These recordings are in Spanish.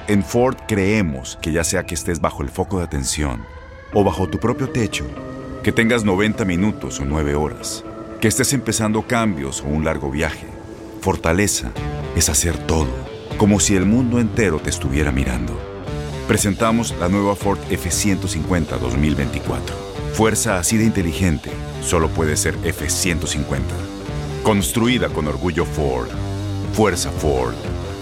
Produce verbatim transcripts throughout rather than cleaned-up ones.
En Ford creemos que ya sea que estés bajo el foco de atención o bajo tu propio techo, que tengas noventa minutos o nueve horas, que estés empezando cambios o un largo viaje, fortaleza es hacer todo, como si el mundo entero te estuviera mirando. Presentamos la nueva Ford F ciento cincuenta dos mil veinticuatro. Fuerza así de inteligente solo puede ser F ciento cincuenta. Construida con orgullo Ford. Fuerza Ford.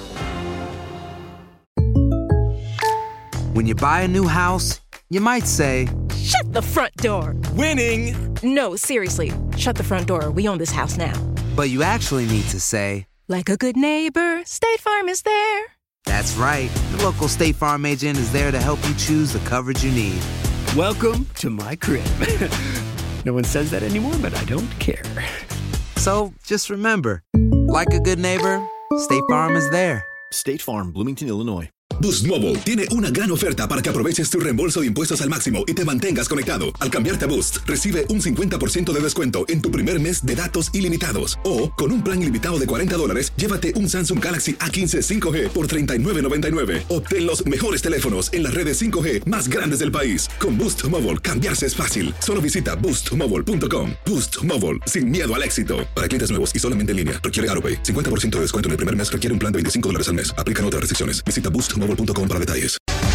When you buy a new house, you might say, "Shut the front door." Winning! No, seriously. Shut the front door. We own this house now. But you actually need to say, like a good neighbor, State Farm is there. That's right. The local State Farm agent is there to help you choose the coverage you need. Welcome to my crib. No one says that anymore, but I don't care. So just remember, like a good neighbor, State Farm is there. State Farm, Bloomington, Illinois. Boost Mobile tiene una gran oferta para que aproveches tu reembolso de impuestos al máximo y te mantengas conectado. Al cambiarte a Boost, recibe un cincuenta por ciento de descuento en tu primer mes de datos ilimitados. O, con un plan ilimitado de cuarenta dólares, llévate un Samsung Galaxy A quince cinco G por treinta y nueve noventa y nueve. Obtén los mejores teléfonos en las redes cinco G más grandes del país. Con Boost Mobile, cambiarse es fácil. Solo visita boost mobile punto com. Boost Mobile, sin miedo al éxito. Para clientes nuevos y solamente en línea, requiere AutoPay. cincuenta por ciento de descuento en el primer mes requiere un plan de veinticinco dólares al mes. Aplican otras restricciones. Visita boost mobile punto com para detalles.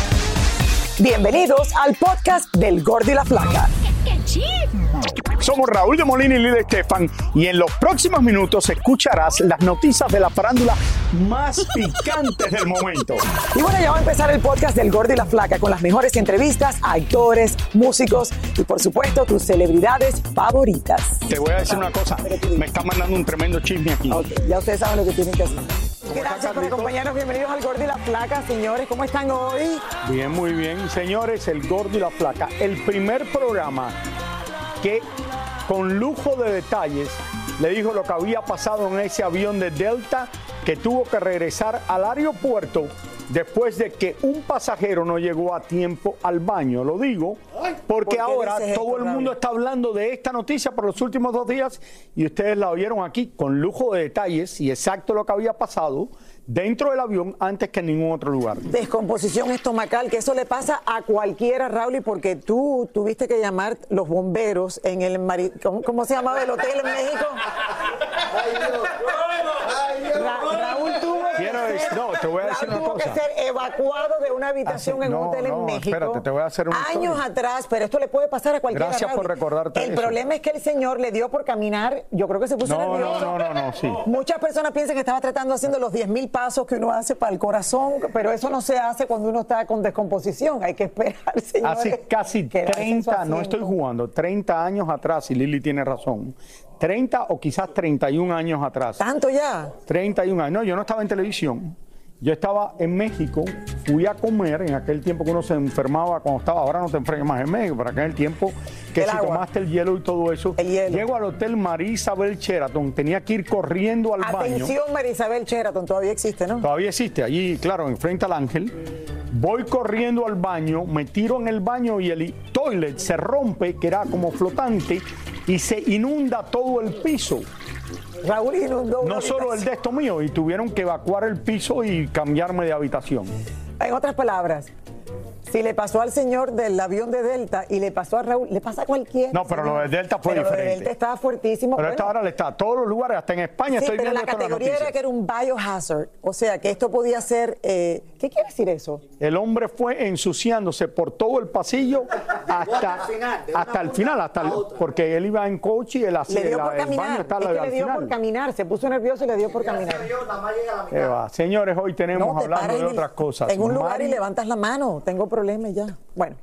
Bienvenidos al podcast del Gordo y la Flaca. Somos Raúl de Molina y Lidia Estefan y en los próximos minutos escucharás las noticias de la farándula más picantes del momento. Y bueno, ya va a empezar el podcast del Gordo y la Flaca con las mejores entrevistas a actores, músicos y por supuesto tus celebridades favoritas. Te voy a decir una cosa, me está mandando un tremendo chisme aquí. Okay, ya ustedes saben lo que tienen que hacer. Gracias por acompañarnos, bienvenidos al Gordo y la Flaca, señores, ¿cómo están hoy? Bien, muy bien, señores, el Gordo y la Flaca, el primer programa que con lujo de detalles le dijo lo que había pasado en ese avión de Delta que tuvo que regresar al aeropuerto después de que un pasajero no llegó a tiempo al baño. Lo digo porque ahora todo el mundo está hablando de esta noticia por los últimos dos días y ustedes la vieron aquí con lujo de detalles y exacto lo que había pasado dentro del avión antes que en ningún otro lugar. Descomposición estomacal, que eso le pasa a cualquiera, Raúl, y porque tú tuviste que llamar los bomberos en el mari... ¿Cómo, cómo se llamaba el hotel en México? Ay, Dios. Ay, Dios. Ra Raúl tuvo que ser, no, te voy a decir Raúl una tuvo cosa. que ser evacuado de una habitación Así, en un no, hotel no, en México. Espérate, te voy a hacer una años historia. atrás, pero esto le puede pasar a cualquiera. Gracias Raúl. por recordarte El eso. problema es que el señor le dio por caminar, yo creo que se puso no, nervioso. No, no, no, no, sí. Muchas personas piensan que estaba tratando haciendo los diez mil pasos que uno hace para el corazón, pero eso no se hace cuando uno está con descomposición. Hay que esperar, señores. Así casi treinta, no estoy jugando, treinta años atrás, y Lili tiene razón. treinta o quizás treinta y un años atrás. ¿Tanto ya? treinta y un años. No, yo no estaba en televisión. Yo estaba en México, fui a comer en aquel tiempo que uno se enfermaba cuando estaba, ahora no te enfermas más en México, pero aquel tiempo que el si agua. tomaste el hielo y todo eso. El hielo. Llego al hotel María Isabel Sheraton, tenía que ir corriendo al Atención, baño. Atención, María Isabel Sheraton, todavía existe, ¿no? Todavía existe, allí, claro, enfrente al Ángel. Voy corriendo al baño, me tiro en el baño y el toilet se rompe, que era como flotante, y se inunda todo el piso. Raúl inundó una No solo el de esto mío, y tuvieron que evacuar el piso y cambiarme de habitación. En otras palabras, si le pasó al señor del avión de Delta y le pasó a Raúl, le pasa a cualquiera. No, pero señor. lo de Delta fue pero diferente. Lo de Delta estaba fuertísimo. Pero bueno, esta hora le está a todos los lugares, hasta en España sí, estoy pero viendo la todas las categoría era noticias. que era un biohazard, o sea, que esto podía ser... Eh, ¿Qué quiere decir eso? El hombre fue ensuciándose por todo el pasillo hasta, hasta el final, hasta el, porque él iba en coche y el, Le dio la, por el baño caminar, está es al, que al le dio final. por caminar, se puso nervioso y le dio por caminar. ¿Qué va? Señores, hoy tenemos No, te hablando paras de en- otras cosas. En un lugar Mari- y levantas la mano, tengo problemas ya. Bueno.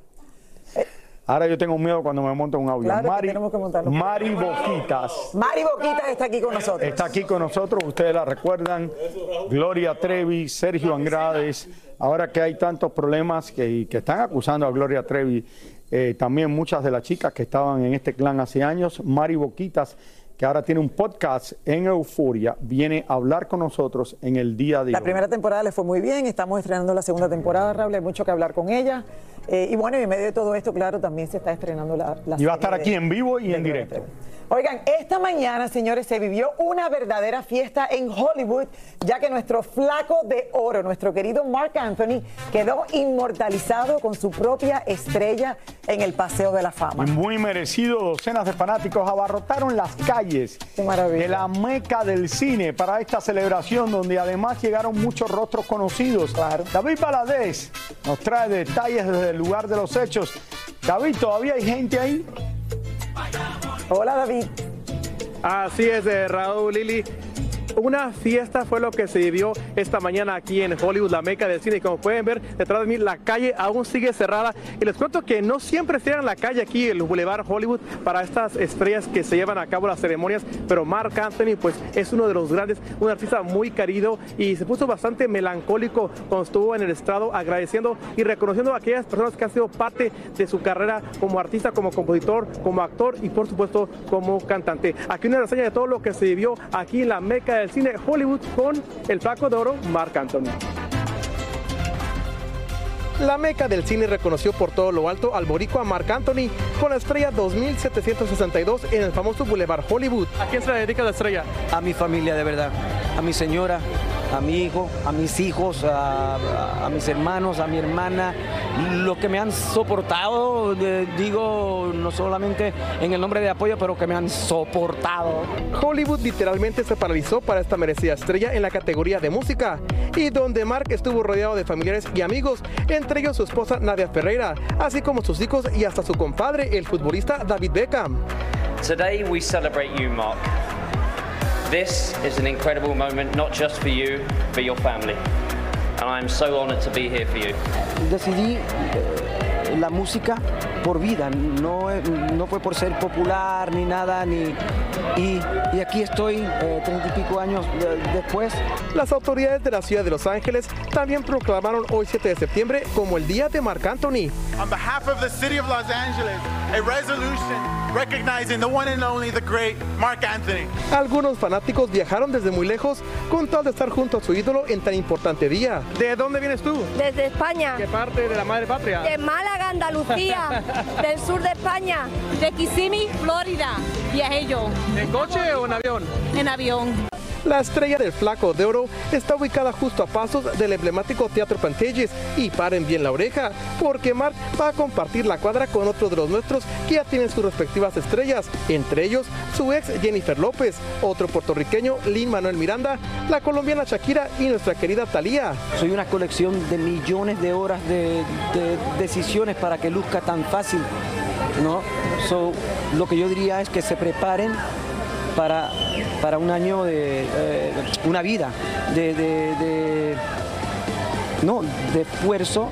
Ahora yo tengo miedo cuando me monto en un avión. Claro que Mari, tenemos que montarlo. Mari Boquitas Mari Boquitas está aquí con nosotros. está aquí con nosotros, ustedes la recuerdan. Gloria Trevi, Sergio Andrades. Ahora que hay tantos problemas que, que están acusando a Gloria Trevi, eh, también muchas de las chicas que estaban en este clan hace años, Mari Boquitas, que ahora tiene un podcast en Euforia, viene a hablar con nosotros en el día de La hoy. primera temporada le fue muy bien, estamos estrenando la segunda temporada, Raúl, hay mucho que hablar con ella. Eh, y bueno, y en medio de todo esto, claro, también se está estrenando la, la Y va a serie estar aquí de- en vivo y de en Gloria directo. Trevi. Oigan, esta mañana, señores, se vivió una verdadera fiesta en Hollywood, ya que nuestro flaco de oro, nuestro querido Marc Anthony, quedó inmortalizado con su propia estrella en el Paseo de la Fama. Muy merecido, docenas de fanáticos abarrotaron las calles de la meca del cine para esta celebración, donde además llegaron muchos rostros conocidos. Claro. David Valadez nos trae detalles desde el lugar de los hechos. David, ¿todavía hay gente ahí? Hola, David. Así es, eh, Raúl, Lili. Una fiesta fue lo que se vivió esta mañana aquí en Hollywood, la meca del cine. Y como pueden ver detrás de mí, la calle aún sigue cerrada. Y les cuento que no siempre cierran la calle aquí, el Boulevard Hollywood, para estas estrellas que se llevan a cabo las ceremonias. Pero Marc Anthony, pues, es uno de los grandes, un artista muy querido, y se puso bastante melancólico cuando estuvo en el estrado, agradeciendo y reconociendo a aquellas personas que han sido parte de su carrera como artista, como compositor, como actor y, por supuesto, como cantante. Aquí una reseña de todo lo que se vivió aquí en la meca del cine Hollywood con el flaco de oro Marc Anthony. La meca del cine reconoció por todo lo alto al boricua Marc Anthony con la estrella dos mil setecientos sesenta y dos en el famoso Boulevard Hollywood. ¿A quién se le dedica la estrella? A mi familia, de verdad, a mi señora, a mi hijo, a mis hijos, a, a, a mis hermanos, a mi hermana, lo que me han soportado, de, digo, no solamente en el nombre de apoyo, pero que me han soportado. Hollywood literalmente se paralizó para esta merecida estrella en la categoría de música, y donde Marc estuvo rodeado de familiares y amigos, entre ellos su esposa Nadia Ferreira, así como sus hijos y hasta su compadre, el futbolista David Beckham. Today we celebrate you, Marc. This is an incredible moment, not just for you, but your family. And I am so honored to be here for you. Decidí eh, la música por vida, no, no fue por ser popular ni nada, ni, y, y aquí estoy eh, treinta y pico años de, después. Las autoridades de la ciudad de Los Ángeles también proclamaron hoy siete de septiembre como el Día de Marc Anthony. On behalf of the city of Los Angeles, a resolution recognizing the one and only, the great Marc Anthony. Algunos fanáticos viajaron desde muy lejos con tal de estar junto a su ídolo en tan importante día. ¿De dónde vienes tú? Desde España. ¿Qué parte de la madre patria? De Málaga, Andalucía, del sur de España, de Kissimmee, Florida. Viajé yo. ¿En coche o en avión? En avión. La estrella del flaco de oro está ubicada justo a pasos del emblemático Teatro Pantages, y paren bien la oreja, porque Marc va a compartir la cuadra con otro de los nuestros que ya tienen sus respectivas estrellas, entre ellos su ex Jennifer López, otro puertorriqueño Lin-Manuel Miranda, la colombiana Shakira y nuestra querida Thalía. Soy una colección de millones de horas de, de decisiones para que luzca tan fácil, ¿no? So, lo que yo diría es que se preparen para, para un año de eh, una vida de, de, de, no, de esfuerzo.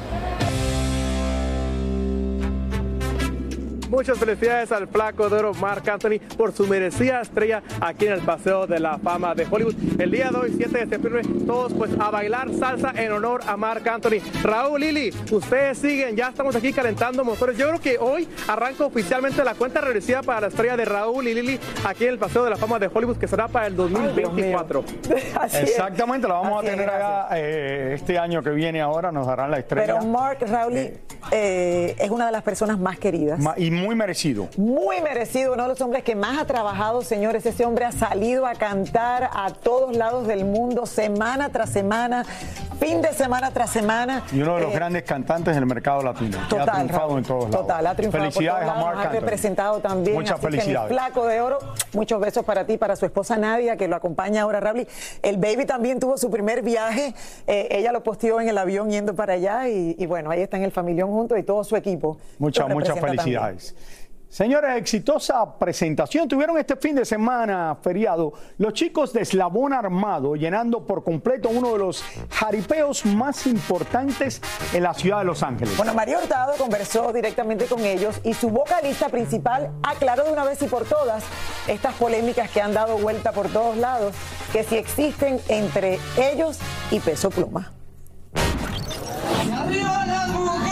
Muchas felicidades al flaco de oro Marc Anthony por su merecida estrella aquí en el Paseo de la Fama de Hollywood. El día de hoy, siete de septiembre, todos pues a bailar salsa en honor a Marc Anthony. Raúl, Lili, ustedes siguen, ya estamos aquí calentando motores. Yo creo que hoy arranca oficialmente la cuenta regresiva para la estrella de Raúl y Lili aquí en el Paseo de la Fama de Hollywood, que será para el dos mil veinticuatro. Así Exactamente, la vamos Así a tener acá eh, este año que viene ahora, nos darán la estrella. Pero Marc, Raúl, eh, eh, es una de las personas más queridas. Ma y muy merecido. Muy merecido, uno de los hombres que más ha trabajado, señores. Ese hombre ha salido a cantar a todos lados del mundo, semana tras semana, fin de semana tras semana. Y uno de los eh, grandes cantantes del mercado latino. Total, ha triunfado en todos lados. Total, ha triunfado felicidades por todos lados, a Marc ha representado también. Muchas así felicidades. Que mi flaco de oro, muchos besos para ti, para su esposa Nadia, que lo acompaña ahora, Raúl. El baby también tuvo su primer viaje, eh, ella lo posteó en el avión yendo para allá, y, y bueno, ahí están el familión juntos y todo su equipo. Muchas, muchas felicidades. También. Señores, exitosa presentación tuvieron este fin de semana feriado los chicos de Eslabón Armado, llenando por completo uno de los jaripeos más importantes en la ciudad de Los Ángeles. Bueno, María Hurtado conversó directamente con ellos y su vocalista principal aclaró de una vez y por todas estas polémicas que han dado vuelta por todos lados, que si existen entre ellos y Peso Pluma. ¡Arriba las mujeres!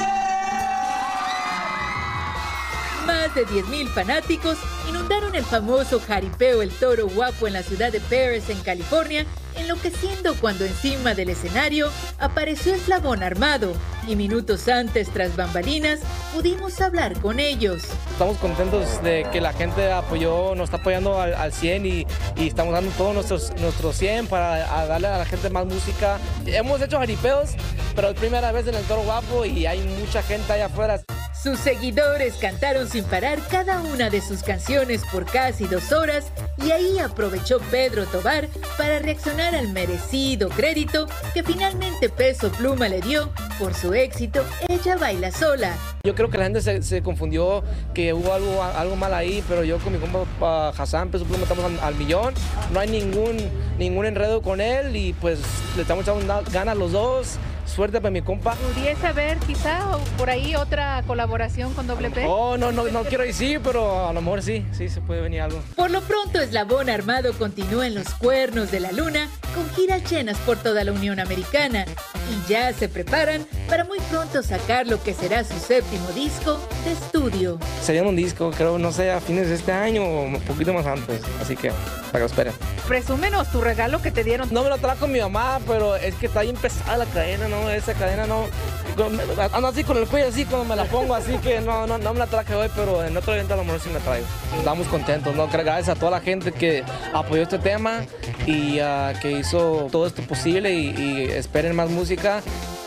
Más de diez mil fanáticos inundaron el famoso jaripeo El Toro Guapo en la ciudad de Perris, en California, enloqueciendo cuando encima del escenario apareció Eslabón Armado y minutos antes, tras bambalinas, pudimos hablar con ellos. Estamos contentos de que la gente apoyó, nos está apoyando al, al cien y, y estamos dando todos nuestros, nuestros cien para a darle a la gente más música. Hemos hecho jaripeos, pero es primera vez en el Toro Guapo y hay mucha gente allá afuera. Sus seguidores cantaron sin parar cada una de sus canciones por casi dos horas y ahí aprovechó Pedro Tobar para reaccionar al merecido crédito que finalmente Peso Pluma le dio por su éxito Ella Baila Sola. Yo creo que la gente se, se confundió, que hubo algo, algo mal ahí, pero yo con mi compa uh, Hassan, Peso Pluma, estamos al, al millón. No hay ningún, ningún enredo con él y pues le estamos echando ganas los dos. Suerte para mi compa. ¿Podría saber quizá por ahí otra colaboración con Doble P? Oh, no, no, no quiero decir, pero a lo mejor sí, sí se puede venir algo. Por lo pronto, Eslabón Armado continúa en los cuernos de la luna con giras llenas por toda la Unión Americana y ya se preparan para muy pronto sacar lo que será su séptimo disco de estudio. Sería un disco, creo, no sé, a fines de este año o un poquito más antes, así que para que lo esperen. Presúmenos tu regalo que te dieron. No me lo trajo mi mamá, pero es que está bien pesada la cadena, ¿no? Esa cadena no, ando así con el cuello así cuando me la pongo, así que no, no, no me la traje hoy, pero en otro evento a lo mejor sí me traigo. Estamos contentos, ¿no? Gracias a toda la gente que apoyó este tema y uh, que hizo todo esto posible y, y esperen más música.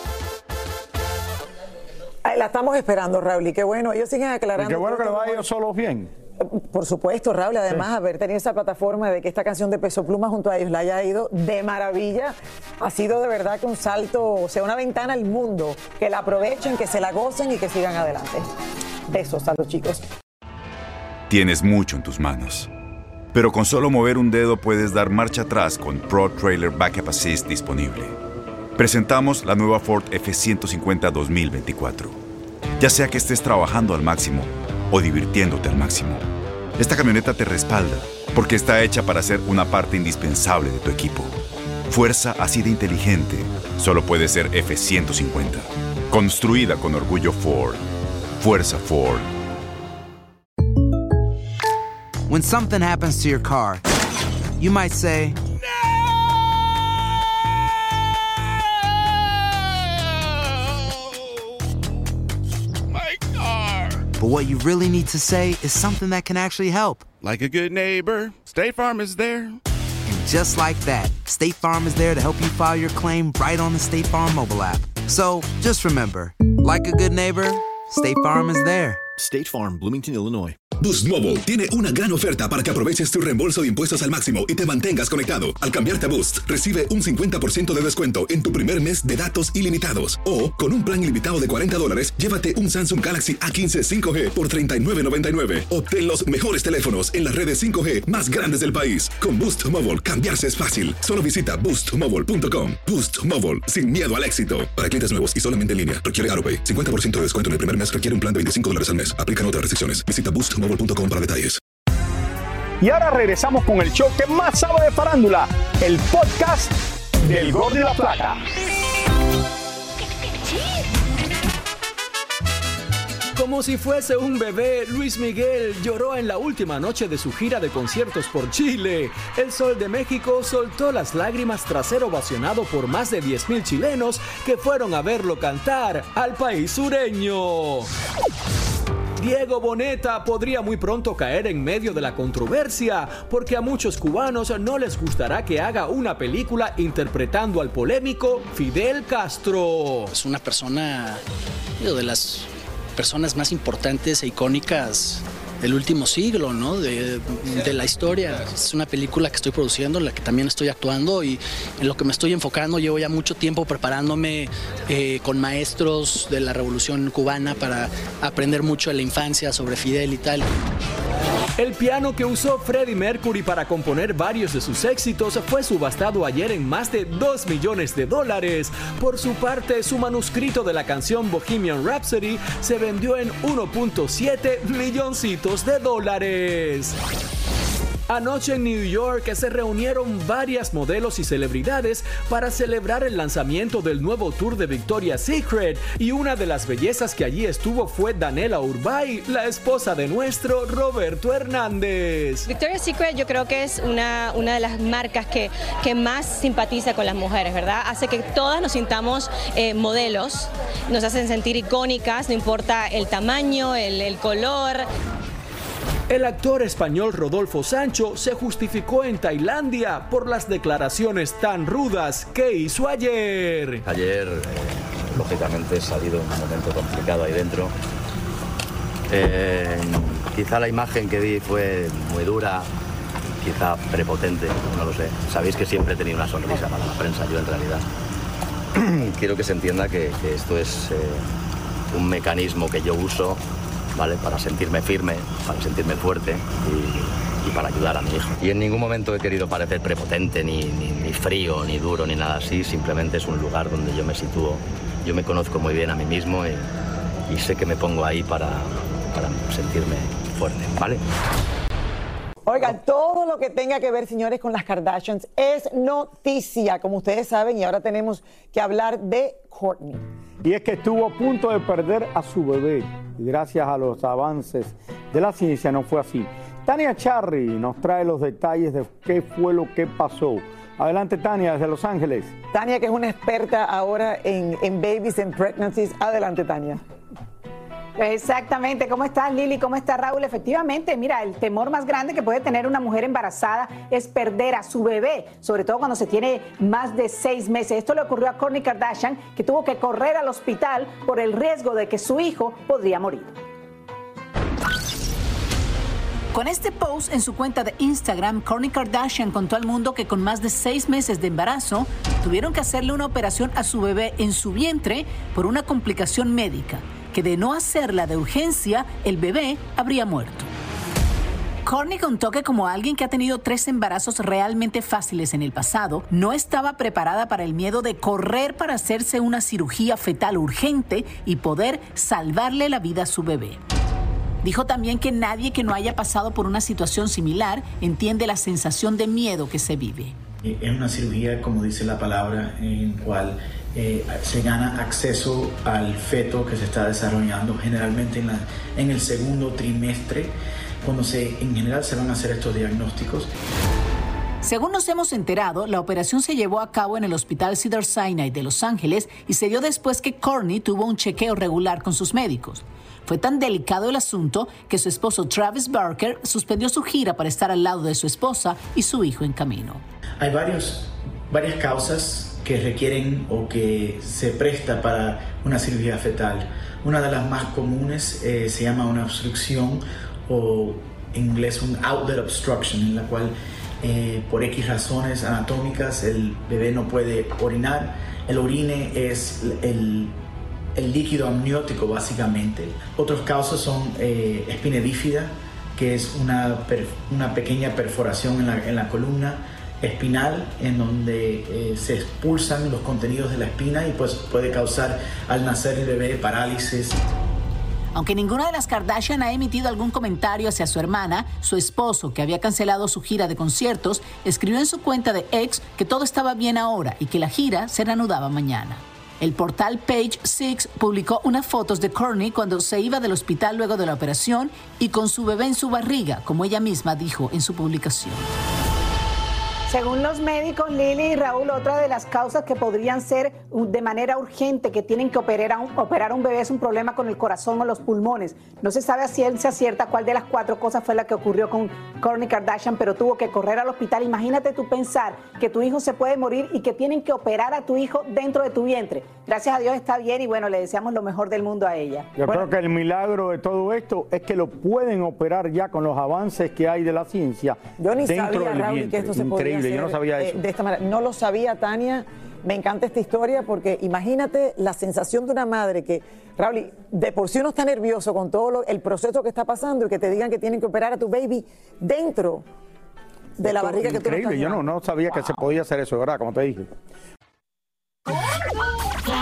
Ay, la estamos esperando, Raúl, y qué bueno, ellos siguen aclarando. Y qué bueno que le va a ellos solos bien. Por supuesto, Raúl, además sí. Haber tenido esa plataforma de que esta canción de Peso Pluma junto a ellos la haya ido de maravilla, ha sido de verdad que un salto, o sea, una ventana al mundo, que la aprovechen, que se la gocen y que sigan adelante. Besos a los chicos. Tienes mucho en tus manos, pero con solo mover un dedo puedes dar marcha atrás con Pro Trailer Backup Assist disponible. Presentamos la nueva Ford F ciento cincuenta dos mil veinticuatro. Ya sea que estés trabajando al máximo o divirtiéndote al máximo, esta camioneta te respalda porque está hecha para ser una parte indispensable de tu equipo. Fuerza así de inteligente solo puede ser F ciento cincuenta. Construida con orgullo Ford. Fuerza Ford. When something happens to your car, you might say, but what you really need to say is something that can actually help. Like a good neighbor, State Farm is there. And just like that, State Farm is there to help you file your claim right on the State Farm mobile app. So just remember, like a good neighbor, State Farm is there. State Farm, Bloomington, Illinois. Boost Mobile tiene una gran oferta para que aproveches tu reembolso de impuestos al máximo y te mantengas conectado. Al cambiarte a Boost, recibe un cincuenta por ciento de descuento en tu primer mes de datos ilimitados. O, con un plan ilimitado de cuarenta dólares, llévate un Samsung Galaxy A quince cinco G por treinta y nueve noventa y nueve. Obtén los mejores teléfonos en las redes cinco G más grandes del país. Con Boost Mobile, cambiarse es fácil. Solo visita boost mobile punto com. Boost Mobile, sin miedo al éxito. Para clientes nuevos y solamente en línea, requiere AutoPay. cincuenta por ciento de descuento en el primer mes requiere un plan de veinticinco dólares al mes. Aplican otras restricciones. Visita boost mobile punto com para detalles. Y ahora regresamos con el show que más sabe de farándula, el podcast del Gordo y la Flaca. Como si fuese un bebé, Luis Miguel lloró en la última noche de su gira de conciertos por Chile. El Sol de México soltó las lágrimas tras ser ovacionado por más de diez mil chilenos que fueron a verlo cantar al país sureño. Diego Boneta podría muy pronto caer en medio de la controversia, porque a muchos cubanos no les gustará que haga una película interpretando al polémico Fidel Castro. Es una persona, digo, de las personas más importantes e icónicas del último siglo, ¿no? De, de la historia. Es una película que estoy produciendo, en la que también estoy actuando y en lo que me estoy enfocando. Llevo ya mucho tiempo preparándome eh, con maestros de la Revolución Cubana para aprender mucho de la infancia sobre Fidel y tal. El piano que usó Freddie Mercury para componer varios de sus éxitos fue subastado ayer en más de dos millones de dólares. Por su parte, su manuscrito de la canción Bohemian Rhapsody se vendió en uno punto siete milloncitos de dólares. Anoche en New York se reunieron varias modelos y celebridades para celebrar el lanzamiento del nuevo tour de Victoria's Secret, y una de las bellezas que allí estuvo fue Danela Urbay, la esposa de nuestro Roberto Hernández. Victoria's Secret yo creo que es una, una de las marcas que, que más simpatiza con las mujeres, ¿verdad? Hace que todas nos sintamos eh, modelos, nos hacen sentir icónicas, no importa el tamaño, el, el color. El actor español Rodolfo Sancho se justificó en Tailandia por las declaraciones tan rudas que hizo ayer. Ayer, eh, lógicamente, he salido en un momento complicado ahí dentro. Eh, quizá la imagen que di fue muy dura, quizá prepotente, no lo sé. Sabéis que siempre he tenido una sonrisa para la prensa, yo en realidad. Quiero que se entienda que, que esto es eh, un mecanismo que yo uso, ¿vale? Para sentirme firme, para sentirme fuerte y, y para ayudar a mi hijo. Y en ningún momento he querido parecer prepotente, ni, ni, ni frío, ni duro, ni nada así. Simplemente es un lugar donde yo me sitúo. Yo me conozco muy bien a mí mismo y, y sé que me pongo ahí para, para sentirme fuerte, ¿vale? Oigan, todo lo que tenga que ver, señores, con las Kardashians es noticia, como ustedes saben, y ahora tenemos que hablar de Kourtney. Y es que estuvo a punto de perder a su bebé, y gracias a los avances de la ciencia no fue así. Tania Charry nos trae los detalles de qué fue lo que pasó. Adelante, Tania, desde Los Ángeles. Tania, que es una experta ahora en, en babies and pregnancies. Adelante, Tania. Exactamente. ¿Cómo estás, Lili? ¿Cómo está, Raúl? Efectivamente, mira, el temor más grande que puede tener una mujer embarazada es perder a su bebé, sobre todo cuando se tiene más de seis meses. Esto le ocurrió a Kourtney Kardashian, que tuvo que correr al hospital por el riesgo de que su hijo podría morir. Con este post en su cuenta de Instagram, Kourtney Kardashian contó al mundo que con más de seis meses de embarazo tuvieron que hacerle una operación a su bebé en su vientre por una complicación médica, que de no hacerla de urgencia, el bebé habría muerto. Kourtney contó que como alguien que ha tenido tres embarazos realmente fáciles en el pasado, no estaba preparada para el miedo de correr para hacerse una cirugía fetal urgente y poder salvarle la vida a su bebé. Dijo también que nadie que no haya pasado por una situación similar entiende la sensación de miedo que se vive. Es una cirugía, como dice la palabra, en cual eh, se gana acceso al feto que se está desarrollando generalmente en, la, en el segundo trimestre, cuando se, en general se van a hacer estos diagnósticos. Según nos hemos enterado, la operación se llevó a cabo en el Hospital Cedars-Sinai de Los Ángeles y se dio después que Kourtney tuvo un chequeo regular con sus médicos. Fue tan delicado el asunto que su esposo Travis Barker suspendió su gira para estar al lado de su esposa y su hijo en camino. Hay varios, varias causas que requieren o que se presta para una cirugía fetal. Una de las más comunes eh, se llama una obstrucción, o en inglés un outlet obstruction, en la cual eh, por X razones anatómicas el bebé no puede orinar. El orine es el, el líquido amniótico básicamente. Otros casos son eh, espina bífida, que es una, per, una pequeña perforación en la, en la columna espinal, en donde eh, se expulsan los contenidos de la espina y pues puede causar al nacer el bebé parálisis. Aunque ninguna de las Kardashian ha emitido algún comentario hacia su hermana, su esposo, que había cancelado su gira de conciertos, escribió en su cuenta de X que todo estaba bien ahora y que la gira se reanudaba mañana. El portal Page Six publicó unas fotos de Kourtney cuando se iba del hospital luego de la operación y con su bebé en su barriga, como ella misma dijo en su publicación. Según los médicos, Lili y Raúl, otra de las causas que podrían ser de manera urgente que tienen que operar a un, operar a un bebé es un problema con el corazón o los pulmones. No se sabe a ciencia cierta cuál de las cuatro cosas fue la que ocurrió con Kourtney Kardashian, pero tuvo que correr al hospital. Imagínate tú pensar que tu hijo se puede morir y que tienen que operar a tu hijo dentro de tu vientre. Gracias a Dios está bien y bueno, le deseamos lo mejor del mundo a ella. Yo bueno, creo que el milagro de todo esto es que lo pueden operar ya con los avances que hay de la ciencia. Yo ni dentro sabía, del Raúl, vientre. que esto se podía hacer. Yo no sabía Eh, eso. de esta manera. No lo sabía, Tania. Me encanta esta historia porque imagínate la sensación de una madre que, Raúl, de por sí uno está nervioso con todo lo, el proceso que está pasando y que te digan que tienen que operar a tu baby dentro de la barriga que tú no estás Increíble, yo no, no sabía wow. que se podía hacer eso, ¿verdad? Como te dije.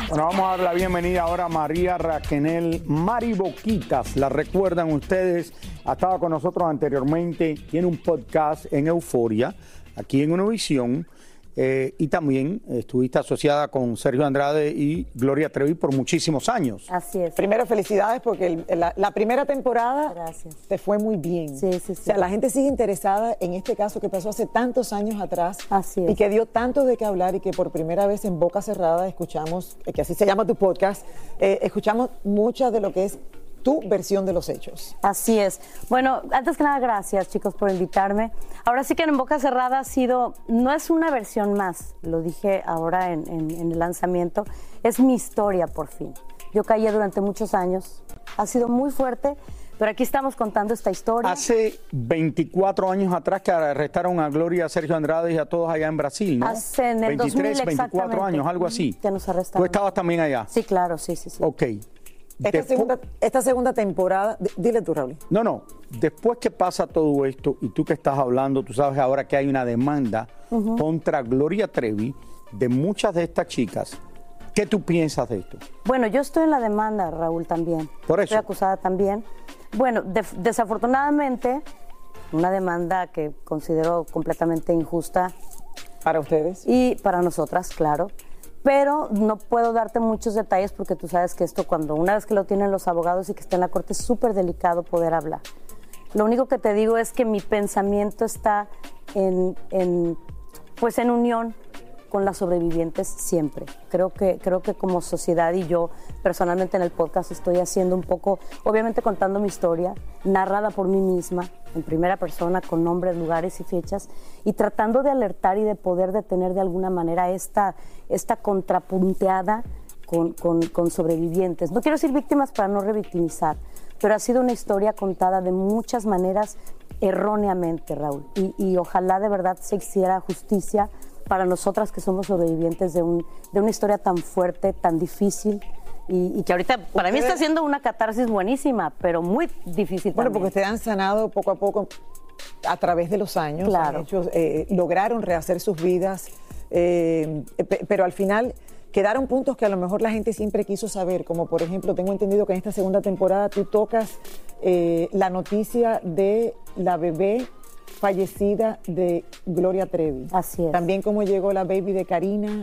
Bueno, vamos a dar la bienvenida ahora a María Raquenel Mari Boquitas. La recuerdan ustedes, ha estado con nosotros anteriormente, tiene un podcast en Euforia, aquí en Univisión, eh, y también estuviste asociada con Sergio Andrade y Gloria Trevi por muchísimos años. Así es. Primero, felicidades porque el, la, la primera temporada Gracias. te fue muy bien. Sí, sí, sí. O sea, la gente sigue interesada en este caso que pasó hace tantos años atrás. Así es. Y que dio tanto de qué hablar y que por primera vez en Boca Cerrada escuchamos, que así se llama tu podcast, eh, escuchamos mucha de lo que es tu versión de los hechos. Así es. Bueno, antes que nada, gracias, chicos, por invitarme. Ahora sí que en Boca Cerrada ha sido, no es una versión más, lo dije ahora en, en, en el lanzamiento, es mi historia por fin. Yo caí durante muchos años, ha sido muy fuerte, pero aquí estamos contando esta historia. Hace veinticuatro años atrás que arrestaron a Gloria, a Sergio Andrade y a todos allá en Brasil, ¿no? Hace en el veintitrés, dos mil, veinticuatro años, algo así. Que nos arrestaron. ¿Tú estabas también allá? Sí, claro, sí, sí, sí. Ok. Esta segunda, esta segunda temporada, dile tú, Raúl. No, no, después que pasa todo esto y tú que estás hablando, tú sabes ahora que hay una demanda uh-huh. contra Gloria Trevi de muchas de estas chicas. ¿Qué tú piensas de esto? Bueno, yo estoy en la demanda, Raúl, también. Por eso. Estoy acusada también. Bueno, de, desafortunadamente, una demanda que considero completamente injusta. ¿Para ustedes? Y para nosotras, claro. Pero no puedo darte muchos detalles porque tú sabes que esto, cuando una vez que lo tienen los abogados y que está en la corte, es súper delicado poder hablar. Lo único que te digo es que mi pensamiento está en, en, pues en unión con las sobrevivientes siempre. Creo que, creo que como sociedad, y yo personalmente en el podcast estoy haciendo un poco, obviamente contando mi historia, narrada por mí misma, en primera persona, con nombres, lugares y fechas, y tratando de alertar y de poder detener de alguna manera esta, esta contrapunteada con, con, con sobrevivientes. No quiero decir víctimas para no revictimizar, pero ha sido una historia contada de muchas maneras erróneamente, Raúl, y, y ojalá de verdad se hiciera justicia para nosotras que somos sobrevivientes de, un, de una historia tan fuerte, tan difícil, y, y que ahorita para mí está siendo una catarsis buenísima, pero muy difícil Bueno, también. Porque ustedes han sanado poco a poco a través de los años, claro. han hecho, eh, lograron rehacer sus vidas, eh, pero al final quedaron puntos que a lo mejor la gente siempre quiso saber, como por ejemplo, tengo entendido que en esta segunda temporada tú tocas eh, la noticia de la bebé fallecida de Gloria Trevi. Así es. También cómo llegó la baby de Karina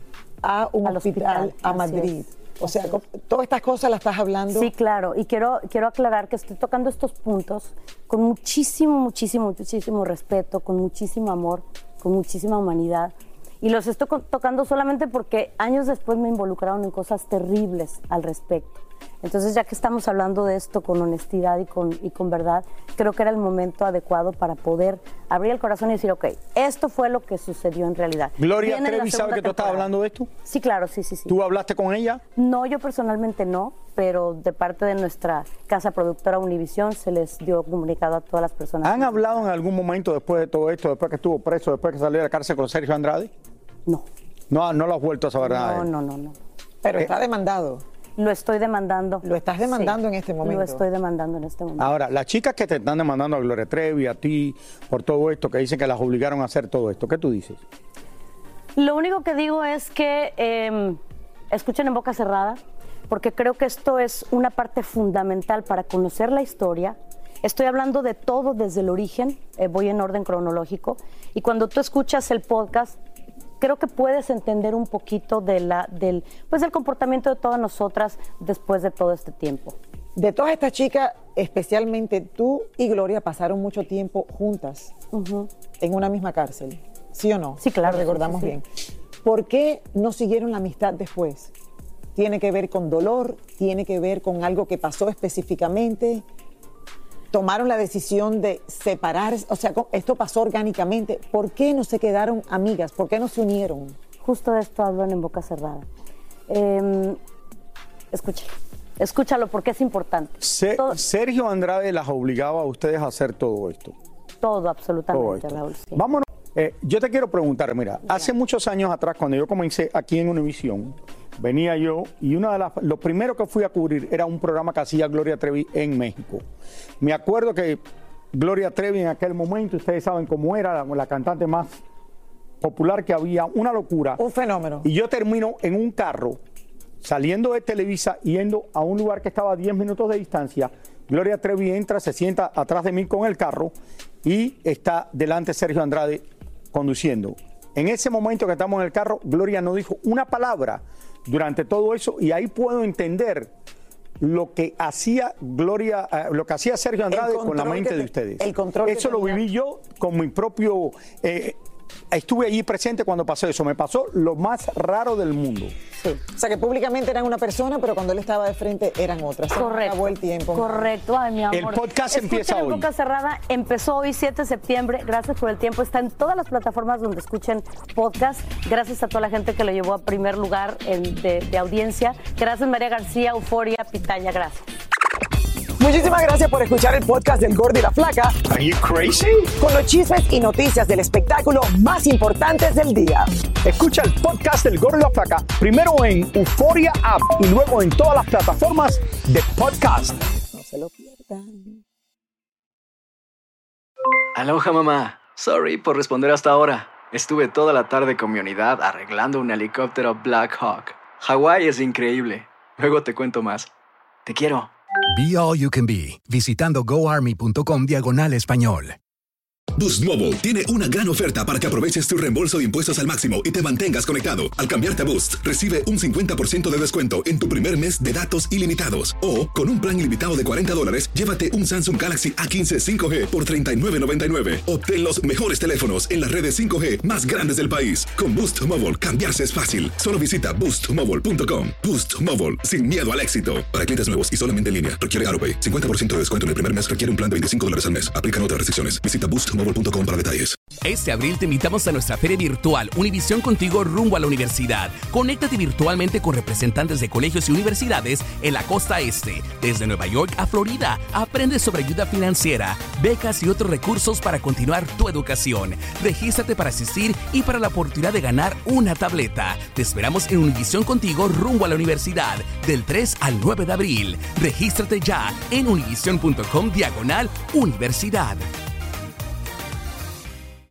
a un Al hospital, hospital, a Madrid. es. O sea, todas estas cosas las estás hablando. Sí, claro. Y quiero, quiero aclarar que estoy tocando estos puntos con muchísimo, muchísimo, muchísimo respeto, con muchísimo amor, con muchísima humanidad. Y los estoy tocando solamente porque años después me involucraron en cosas terribles al respecto. Entonces, ya que estamos hablando de esto con honestidad y con, y con verdad, creo que era el momento adecuado para poder abrir el corazón y decir, ok, esto fue lo que sucedió en realidad. Gloria Viene Trevi, ¿sabe que tú estabas hablando de esto? Sí, claro, sí, sí, sí. ¿Tú hablaste con ella? No, yo personalmente no, pero de parte de nuestra casa productora Univisión se les dio comunicado a todas las personas. ¿Han hablado en algún momento después de todo esto, después que estuvo preso, después que salió de la cárcel con Sergio Andrade? No. No, no lo has vuelto a saber no, nada. No, no, no. Pero eh, está demandado. Lo estoy demandando. Lo estás demandando sí, en este momento. Lo estoy demandando en este momento. Ahora, las chicas que te están demandando a Gloria Trevi, a ti, por todo esto, que dicen que las obligaron a hacer todo esto, ¿qué tú dices? Lo único que digo es que eh, escuchen en boca cerrada, porque creo que esto es una parte fundamental para conocer la historia. Estoy hablando de todo desde el origen, eh, voy en orden cronológico, y cuando tú escuchas el podcast, creo que puedes entender un poquito de la, del, pues del comportamiento de todas nosotras después de todo este tiempo. De todas estas chicas, especialmente tú y Gloria pasaron mucho tiempo juntas uh-huh. en una misma cárcel, ¿sí o no? Sí, claro. Lo recordamos sí, sí, bien. ¿Por qué no siguieron la amistad después? ¿Tiene que ver con dolor? ¿Tiene que ver con algo que pasó específicamente? ¿Tomaron la decisión de separarse? O sea, esto pasó orgánicamente. ¿Por qué no se quedaron amigas? ¿Por qué no se unieron? Justo de esto hablan en boca cerrada. Eh, escúchalo, escúchalo porque es importante. Se, todo, Sergio Andrade las obligaba a ustedes a hacer todo esto. Todo, absolutamente, todo esto. Raúl. Sí. Vámonos. Eh, yo te quiero preguntar, mira, ya. hace muchos años atrás, cuando yo comencé aquí en Univisión, venía yo y una de las, lo primero que fui a cubrir era un programa que hacía Gloria Trevi en México. Me acuerdo que Gloria Trevi en aquel momento, ustedes saben cómo era, la, la cantante más popular que había, una locura. Un fenómeno. Y yo termino en un carro saliendo de Televisa, yendo a un lugar que estaba a diez minutos de distancia, Gloria Trevi entra, se sienta atrás de mí con el carro y está delante Sergio Andrade conduciendo. En ese momento que estamos en el carro, Gloria no dijo una palabra durante todo eso y ahí puedo entender lo que hacía Gloria, uh, lo que hacía Sergio Andrade con la mente te, de ustedes. El control eso lo viví yo con mi propio... Eh, estuve allí presente cuando pasó eso. Me pasó lo más raro del mundo. Sí. O sea, que públicamente eran una persona, pero cuando él estaba de frente eran otras. Correcto. Acabó el tiempo. Correcto. Ay, mi amor. El podcast Escuchen empieza en hoy. Boca Cerrada empezó hoy, siete de septiembre. Gracias por el tiempo. Está en todas las plataformas donde escuchen podcast. Gracias a toda la gente que lo llevó a primer lugar en, de, de audiencia. Gracias, María García, Euforia, Pitaya. Gracias. Muchísimas gracias por escuchar el podcast del Gordo y la Flaca. Are you crazy? Con los chismes y noticias del espectáculo más importantes del día. Escucha el podcast del Gordo y la Flaca primero en Euforia App y luego en todas las plataformas de podcast. No se lo pierdan. Aloha, mamá. Sorry por responder hasta ahora. Estuve toda la tarde con mi unidad arreglando un helicóptero Black Hawk. Hawái es increíble. Luego te cuento más. Te quiero. Be All You Can Be, visitando goarmy.com diagonal español. Boost Mobile tiene una gran oferta para que aproveches tu reembolso de impuestos al máximo y te mantengas conectado. Al cambiarte a Boost, recibe un cincuenta por ciento de descuento en tu primer mes de datos ilimitados. O, con un plan ilimitado de cuarenta dólares, llévate un Samsung Galaxy A quince cinco G por treinta y nueve noventa y nueve. Obtén los mejores teléfonos en las redes cinco G más grandes del país. Con Boost Mobile, cambiarse es fácil. Solo visita boost mobile punto com. Boost Mobile, sin miedo al éxito. Para clientes nuevos y solamente en línea, requiere AutoPay. cincuenta por ciento de descuento en el primer mes requiere un plan de veinticinco dólares al mes. Aplican otras restricciones. Visita boost mobile punto com para detalles. Este abril te invitamos a nuestra feria virtual Univisión Contigo rumbo a la universidad. Conéctate virtualmente con representantes de colegios y universidades en la costa este. Desde Nueva York a Florida, aprende sobre ayuda financiera, becas y otros recursos para continuar tu educación. Regístrate para asistir y para la oportunidad de ganar una tableta. Te esperamos en Univisión Contigo rumbo a la universidad del tres al nueve de abril. Regístrate ya en univision punto com diagonal universidad.